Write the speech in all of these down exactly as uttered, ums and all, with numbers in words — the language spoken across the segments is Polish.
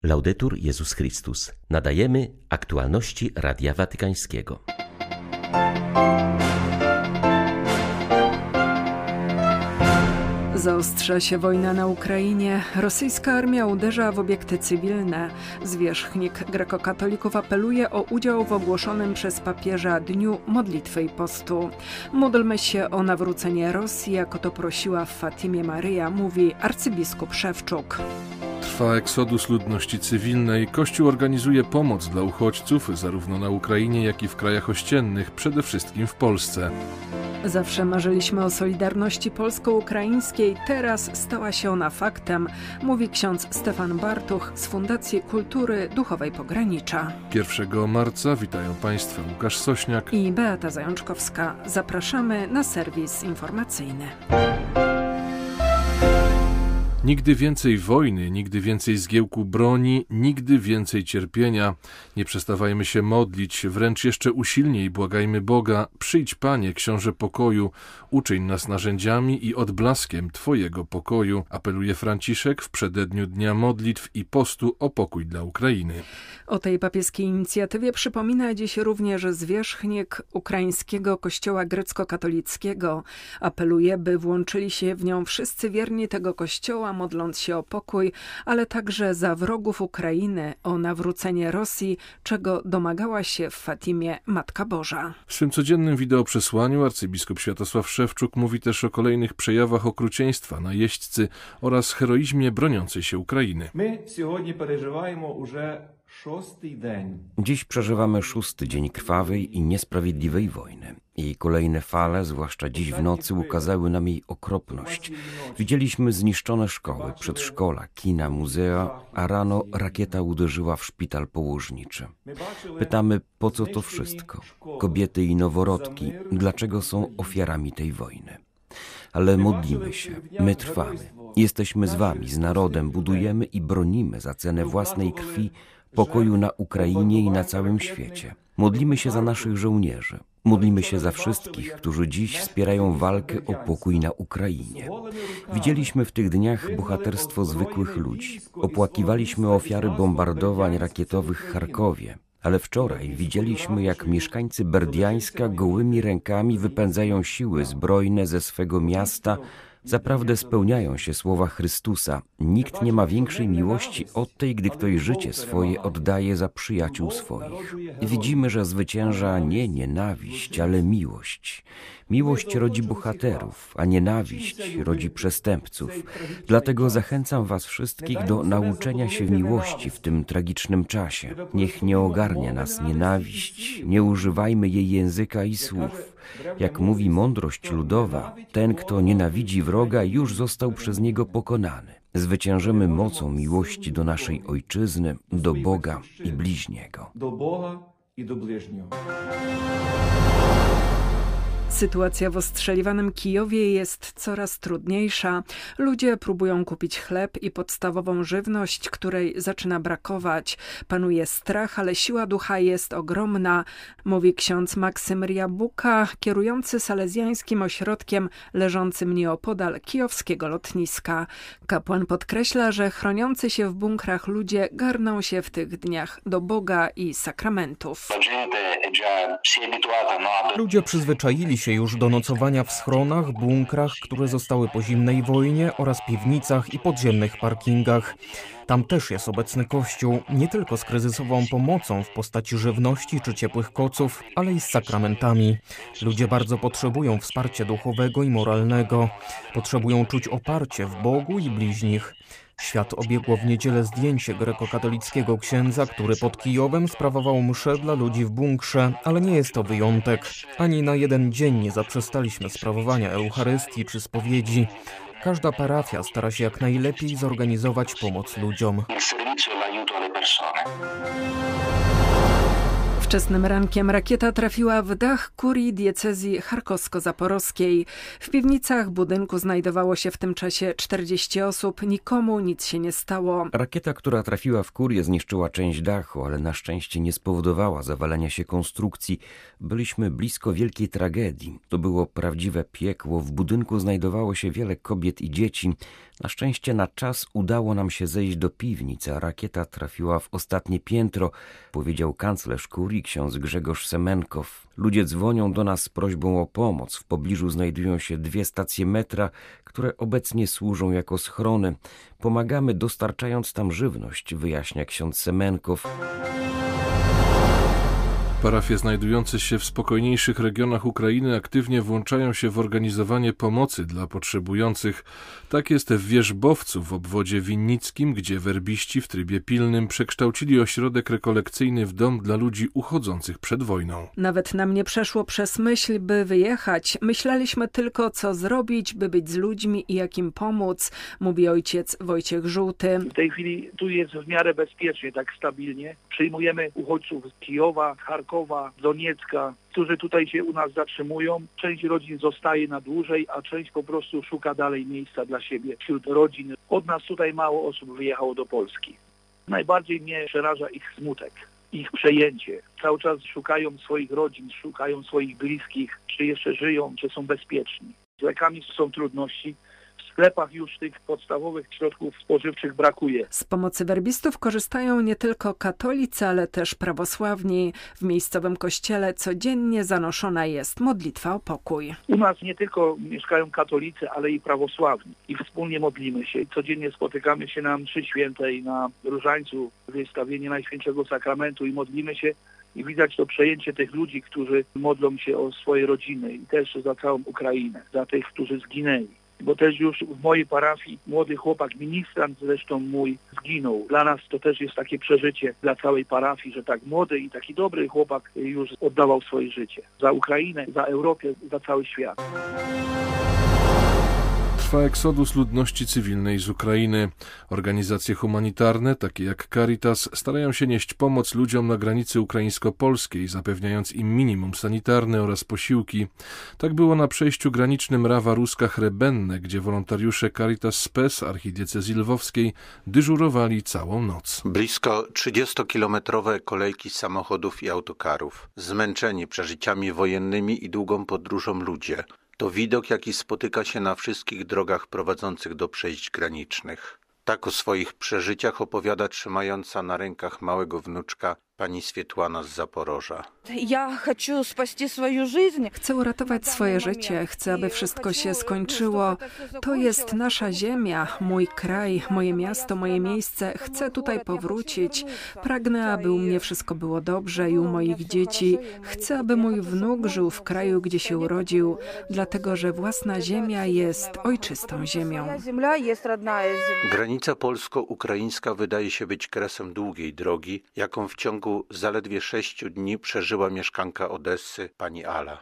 Laudetur Jezus Chrystus. Nadajemy aktualności Radia Watykańskiego. Zaostrza się wojna na Ukrainie. Rosyjska armia uderza w obiekty cywilne. Zwierzchnik grekokatolików apeluje o udział w ogłoszonym przez papieża dniu modlitwy i postu. Módlmy się o nawrócenie Rosji, jak to prosiła w Fatimie Maryja, mówi arcybiskup Szewczuk. Trwa eksodus ludności cywilnej. Kościół organizuje pomoc dla uchodźców, zarówno na Ukrainie, jak i w krajach ościennych, przede wszystkim w Polsce. Zawsze marzyliśmy o solidarności polsko-ukraińskiej, teraz stała się ona faktem, mówi ksiądz Stefan Bartuch z Fundacji Kultury Duchowej Pogranicza. pierwszego marca witają Państwa Łukasz Sośniak i Beata Zajączkowska. Zapraszamy na serwis informacyjny. Nigdy więcej wojny, nigdy więcej zgiełku broni, nigdy więcej cierpienia. Nie przestawajmy się modlić, wręcz jeszcze usilniej błagajmy Boga. Przyjdź, Panie, Książę pokoju, uczyń nas narzędziami i odblaskiem Twojego pokoju, apeluje Franciszek w przededniu Dnia Modlitw i Postu o pokój dla Ukrainy. O tej papieskiej inicjatywie przypomina dziś również zwierzchnik ukraińskiego kościoła grecko-katolickiego. Apeluje, by włączyli się w nią wszyscy wierni tego kościoła, modląc się o pokój, ale także za wrogów Ukrainy, o nawrócenie Rosji, czego domagała się w Fatimie Matka Boża. W swym codziennym wideoprzesłaniu arcybiskup Światosław Szewczuk mówi też o kolejnych przejawach okrucieństwa najeźdźcy oraz heroizmie broniącej się Ukrainy. My сьогодні переживаємо уже szósty dzień. Dziś przeżywamy szósty dzień krwawej i niesprawiedliwej wojny. Jej kolejne fale, zwłaszcza dziś w nocy, ukazały nam jej okropność. Widzieliśmy zniszczone szkoły, przedszkola, kina, muzea, a rano rakieta uderzyła w szpital położniczy. Pytamy, po co to wszystko? Kobiety i noworodki, dlaczego są ofiarami tej wojny? Ale modlimy się, my trwamy. Jesteśmy z wami, z narodem, budujemy i bronimy za cenę własnej krwi pokoju na Ukrainie i na całym świecie. Modlimy się za naszych żołnierzy. Modlimy się za wszystkich, którzy dziś wspierają walkę o pokój na Ukrainie. Widzieliśmy w tych dniach bohaterstwo zwykłych ludzi. Opłakiwaliśmy ofiary bombardowań rakietowych w Charkowie. Ale wczoraj widzieliśmy, jak mieszkańcy Berdiańska gołymi rękami wypędzają siły zbrojne ze swego miasta. Zaprawdę spełniają się słowa Chrystusa. Nikt nie ma większej miłości od tej, gdy ktoś życie swoje oddaje za przyjaciół swoich. Widzimy, że zwycięża nie nienawiść, ale miłość. Miłość rodzi bohaterów, a nienawiść rodzi przestępców. Dlatego zachęcam was wszystkich do nauczenia się miłości w tym tragicznym czasie. Niech nie ogarnia nas nienawiść, nie używajmy jej języka i słów. Jak mówi mądrość ludowa, ten, kto nienawidzi wroga, już został przez niego pokonany. Zwyciężymy mocą miłości do naszej ojczyzny, do Boga i bliźniego. Do Boga i do bliźniego. Sytuacja w ostrzeliwanym Kijowie jest coraz trudniejsza. Ludzie próbują kupić chleb i podstawową żywność, której zaczyna brakować. Panuje strach, ale siła ducha jest ogromna, mówi ksiądz Maksym Ryabuka, kierujący salezjańskim ośrodkiem leżącym nieopodal kijowskiego lotniska. Kapłan podkreśla, że chroniący się w bunkrach ludzie garną się w tych dniach do Boga i sakramentów. Ludzie przyzwyczaili się już do nocowania w schronach, bunkrach, które zostały po zimnej wojnie, oraz piwnicach i podziemnych parkingach. Tam też jest obecny Kościół, nie tylko z kryzysową pomocą w postaci żywności czy ciepłych koców, ale i z sakramentami. Ludzie bardzo potrzebują wsparcia duchowego i moralnego. Potrzebują czuć oparcie w Bogu i bliźnich. Świat obiegło w niedzielę zdjęcie grekokatolickiego księdza, który pod Kijowem sprawował mszę dla ludzi w bunkrze, ale nie jest to wyjątek. Ani na jeden dzień nie zaprzestaliśmy sprawowania Eucharystii czy spowiedzi. Każda parafia stara się jak najlepiej zorganizować pomoc ludziom. Wczesnym rankiem rakieta trafiła w dach kurii diecezji charkowsko-zaporowskiej. W piwnicach budynku znajdowało się w tym czasie czterdzieści osób, nikomu nic się nie stało. Rakieta, która trafiła w kurię, zniszczyła część dachu, ale na szczęście nie spowodowała zawalenia się konstrukcji. Byliśmy blisko wielkiej tragedii. To było prawdziwe piekło. W budynku znajdowało się wiele kobiet i dzieci. Na szczęście na czas udało nam się zejść do piwnicy, a rakieta trafiła w ostatnie piętro, powiedział kanclerz kurii ksiądz Grzegorz Semenkow. Ludzie dzwonią do nas z prośbą o pomoc. W pobliżu znajdują się dwie stacje metra, które obecnie służą jako schrony. Pomagamy, dostarczając tam żywność, wyjaśnia ksiądz Semenkow. Parafie znajdujące się w spokojniejszych regionach Ukrainy aktywnie włączają się w organizowanie pomocy dla potrzebujących. Tak jest w Wierzbowcu w obwodzie winnickim, gdzie werbiści w trybie pilnym przekształcili ośrodek rekolekcyjny w dom dla ludzi uchodzących przed wojną. Nawet nam nie przeszło przez myśl, by wyjechać. Myśleliśmy tylko, co zrobić, by być z ludźmi i jak im pomóc, mówi ojciec Wojciech Żółty. W tej chwili tu jest w miarę bezpiecznie, tak stabilnie. Przyjmujemy uchodźców z Kijowa, Charkowa, Doniecka, którzy tutaj się u nas zatrzymują. Część rodzin zostaje na dłużej, a część po prostu szuka dalej miejsca dla siebie wśród rodzin. Od nas tutaj mało osób wyjechało do Polski. Najbardziej mnie przeraża ich smutek, ich przejęcie. Cały czas szukają swoich rodzin, szukają swoich bliskich, czy jeszcze żyją, czy są bezpieczni. Z lekami są trudności. W sklepach już tych podstawowych środków spożywczych brakuje. Z pomocy werbistów korzystają nie tylko katolicy, ale też prawosławni. W miejscowym kościele codziennie zanoszona jest modlitwa o pokój. U nas nie tylko mieszkają katolicy, ale i prawosławni. I wspólnie modlimy się. Codziennie spotykamy się na mszy świętej, na różańcu, wystawienie Najświętszego Sakramentu i modlimy się. I widać to przejęcie tych ludzi, którzy modlą się o swoje rodziny i też za całą Ukrainę, za tych, którzy zginęli. Bo też już w mojej parafii młody chłopak, ministrant zresztą mój, zginął. Dla nas to też jest takie przeżycie dla całej parafii, że tak młody i taki dobry chłopak już oddawał swoje życie. Za Ukrainę, za Europę, za cały świat. Trwa eksodus ludności cywilnej z Ukrainy. Organizacje humanitarne, takie jak Caritas, starają się nieść pomoc ludziom na granicy ukraińsko-polskiej, zapewniając im minimum sanitarne oraz posiłki. Tak było na przejściu granicznym Rawa-Ruska-Hrebenne, gdzie wolontariusze Caritas Spes archidiecezji lwowskiej dyżurowali całą noc. Blisko trzydziestokilometrowe kolejki samochodów i autokarów, zmęczeni przeżyciami wojennymi i długą podróżą ludzie. To widok, jaki spotyka się na wszystkich drogach prowadzących do przejść granicznych. Tak o swoich przeżyciach opowiada trzymająca na rękach małego wnuczka pani Swietłana z Zaporoża. Chcę uratować swoje życie, chcę, aby wszystko się skończyło. To jest nasza ziemia, mój kraj, moje miasto, moje miejsce. Chcę tutaj powrócić. Pragnę, aby u mnie wszystko było dobrze i u moich dzieci. Chcę, aby mój wnuk żył w kraju, gdzie się urodził, dlatego że własna ziemia jest ojczystą ziemią. Granica polsko-ukraińska wydaje się być kresem długiej drogi, jaką w ciągu zaledwie sześciu dni przeżyła mieszkanka Odessy, pani Ala.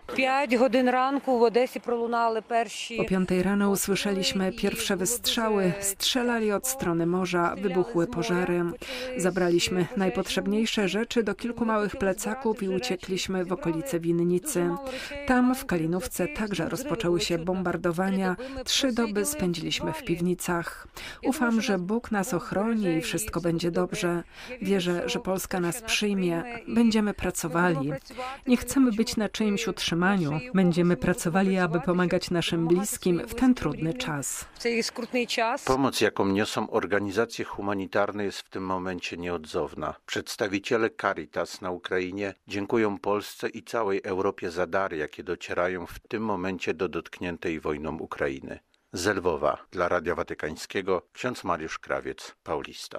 O piątej rano usłyszeliśmy pierwsze wystrzały, strzelali od strony morza, wybuchły pożary. Zabraliśmy najpotrzebniejsze rzeczy do kilku małych plecaków i uciekliśmy w okolice winnicy. Tam w Kalinówce także rozpoczęły się bombardowania. Trzy doby spędziliśmy w piwnicach. Ufam, że Bóg nas ochroni i wszystko będzie dobrze. Wierzę, że Polska nas przyjmie. Będziemy pracowali. Nie chcemy być na czyimś utrzymaniu. Będziemy pracowali, aby pomagać naszym bliskim w ten trudny czas. Pomoc, jaką niosą organizacje humanitarne, jest w tym momencie nieodzowna. Przedstawiciele Caritas na Ukrainie dziękują Polsce i całej Europie za dary, jakie docierają w tym momencie do dotkniętej wojną Ukrainy. Z Lwowa dla Radia Watykańskiego ksiądz Mariusz Krawiec, Paulista.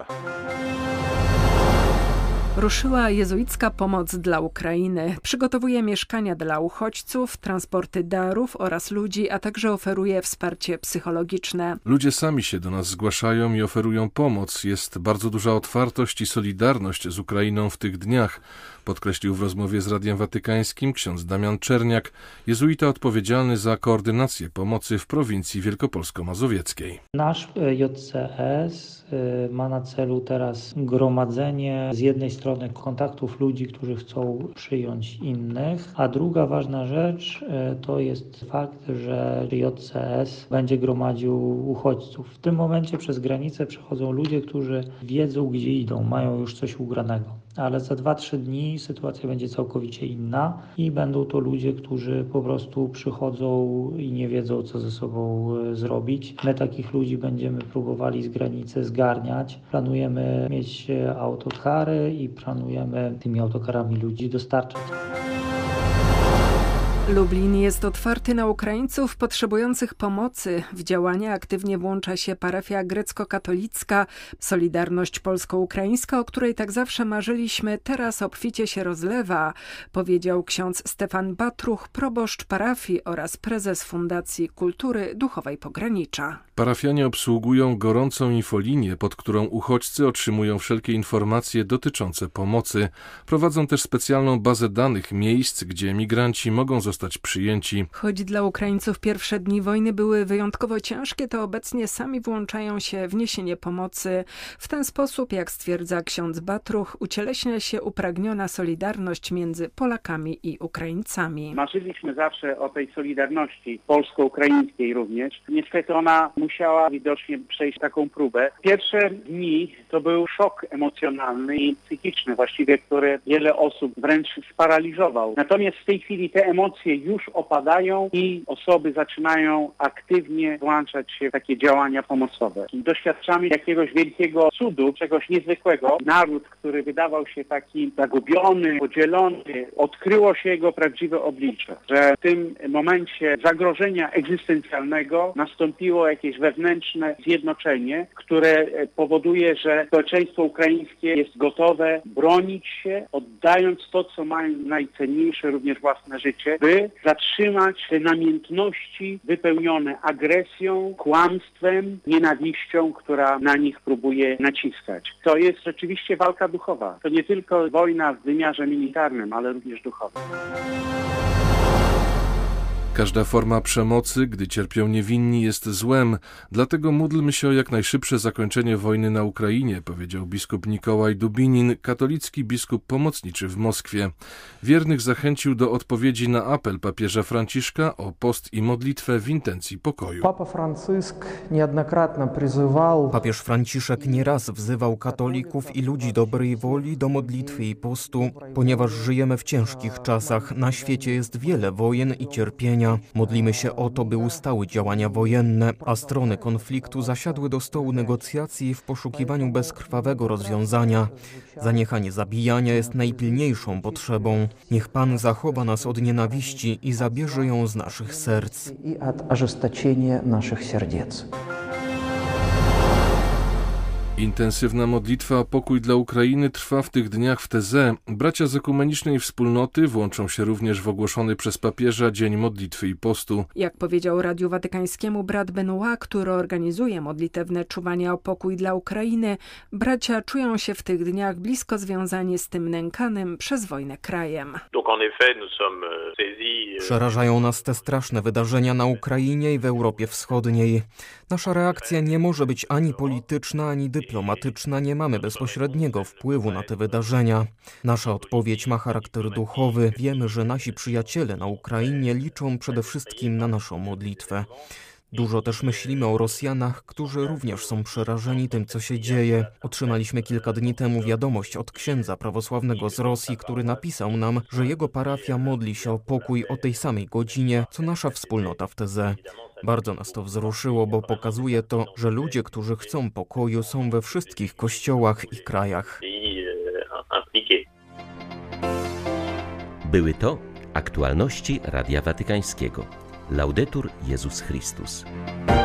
Ruszyła jezuicka pomoc dla Ukrainy. Przygotowuje mieszkania dla uchodźców, transporty darów oraz ludzi, a także oferuje wsparcie psychologiczne. Ludzie sami się do nas zgłaszają i oferują pomoc. Jest bardzo duża otwartość i solidarność z Ukrainą w tych dniach, podkreślił w rozmowie z Radiem Watykańskim ksiądz Damian Czerniak, jezuita odpowiedzialny za koordynację pomocy w prowincji wielkopolsko-mazowieckiej. Nasz J C S ma na celu teraz gromadzenie z jednej strony strony kontaktów ludzi, którzy chcą przyjąć innych. A druga ważna rzecz to jest fakt, że J C S będzie gromadził uchodźców. W tym momencie przez granicę przechodzą ludzie, którzy wiedzą, gdzie idą, mają już coś ugranego. Ale za dwa trzy dni sytuacja będzie całkowicie inna i będą to ludzie, którzy po prostu przychodzą i nie wiedzą, co ze sobą zrobić. My takich ludzi będziemy próbowali z granicy zgarniać. Planujemy mieć autokary i planujemy tymi autokarami ludzi dostarczać. Lublin jest otwarty na Ukraińców potrzebujących pomocy. W działania aktywnie włącza się parafia grecko-katolicka. Solidarność polsko-ukraińska, o której tak zawsze marzyliśmy, teraz obficie się rozlewa, powiedział ksiądz Stefan Batruch, proboszcz parafii oraz prezes Fundacji Kultury Duchowej Pogranicza. Parafianie obsługują gorącą infolinię, pod którą uchodźcy otrzymują wszelkie informacje dotyczące pomocy. Prowadzą też specjalną bazę danych miejsc, gdzie emigranci mogą zostać przyjęci. Choć dla Ukraińców pierwsze dni wojny były wyjątkowo ciężkie, to obecnie sami włączają się w niesienie pomocy. W ten sposób, jak stwierdza ksiądz Batruch, ucieleśnia się upragniona solidarność między Polakami i Ukraińcami. Marzyliśmy zawsze o tej solidarności polsko-ukraińskiej również. Niestety ona musiała widocznie przejść taką próbę. Pierwsze dni to był szok emocjonalny i psychiczny właściwie, który wiele osób wręcz sparaliżował. Natomiast w tej chwili te emocje już opadają i osoby zaczynają aktywnie włączać się w takie działania pomocowe. Doświadczamy jakiegoś wielkiego cudu, czegoś niezwykłego. Naród, który wydawał się taki zagubiony, podzielony, odkryło się jego prawdziwe oblicze. Że w tym momencie zagrożenia egzystencjalnego nastąpiło jakieś wewnętrzne zjednoczenie, które powoduje, że społeczeństwo ukraińskie jest gotowe bronić się, oddając to, co mają najcenniejsze, również własne życie, by zatrzymać te namiętności wypełnione agresją, kłamstwem, nienawiścią, która na nich próbuje naciskać. To jest rzeczywiście walka duchowa. To nie tylko wojna w wymiarze militarnym, ale również duchowym. Każda forma przemocy, gdy cierpią niewinni, jest złem. Dlatego módlmy się o jak najszybsze zakończenie wojny na Ukrainie, powiedział biskup Nikołaj Dubinin, katolicki biskup pomocniczy w Moskwie. Wiernych zachęcił do odpowiedzi na apel papieża Franciszka o post i modlitwę w intencji pokoju. Papież Franciszek nieraz wzywał katolików i ludzi dobrej woli do modlitwy i postu, ponieważ żyjemy w ciężkich czasach. Na świecie jest wiele wojen i cierpienia. Modlimy się o to, by ustały działania wojenne, a strony konfliktu zasiadły do stołu negocjacji w poszukiwaniu bezkrwawego rozwiązania. Zaniechanie zabijania jest najpilniejszą potrzebą. Niech Pan zachowa nas od nienawiści i zabierze ją z naszych serc. I od ожесточения naszych serc. Intensywna modlitwa o pokój dla Ukrainy trwa w tych dniach w Teze. Bracia z ekumenicznej wspólnoty włączą się również w ogłoszony przez papieża Dzień Modlitwy i Postu. Jak powiedział Radiu Watykańskiemu brat Benoit, który organizuje modlitewne czuwania o pokój dla Ukrainy, bracia czują się w tych dniach blisko związani z tym nękanym przez wojnę krajem. Przerażają nas te straszne wydarzenia na Ukrainie i w Europie Wschodniej. Nasza reakcja nie może być ani polityczna, ani dyplomatyczna. Nie mamy bezpośredniego wpływu na te wydarzenia. Nasza odpowiedź ma charakter duchowy. Wiemy, że nasi przyjaciele na Ukrainie liczą przede wszystkim na naszą modlitwę. Dużo też myślimy o Rosjanach, którzy również są przerażeni tym, co się dzieje. Otrzymaliśmy kilka dni temu wiadomość od księdza prawosławnego z Rosji, który napisał nam, że jego parafia modli się o pokój o tej samej godzinie, co nasza wspólnota w Teze. Bardzo nas to wzruszyło, bo pokazuje to, że ludzie, którzy chcą pokoju, są we wszystkich kościołach i krajach. Były to aktualności Radia Watykańskiego. Laudetur Jezus Chrystus.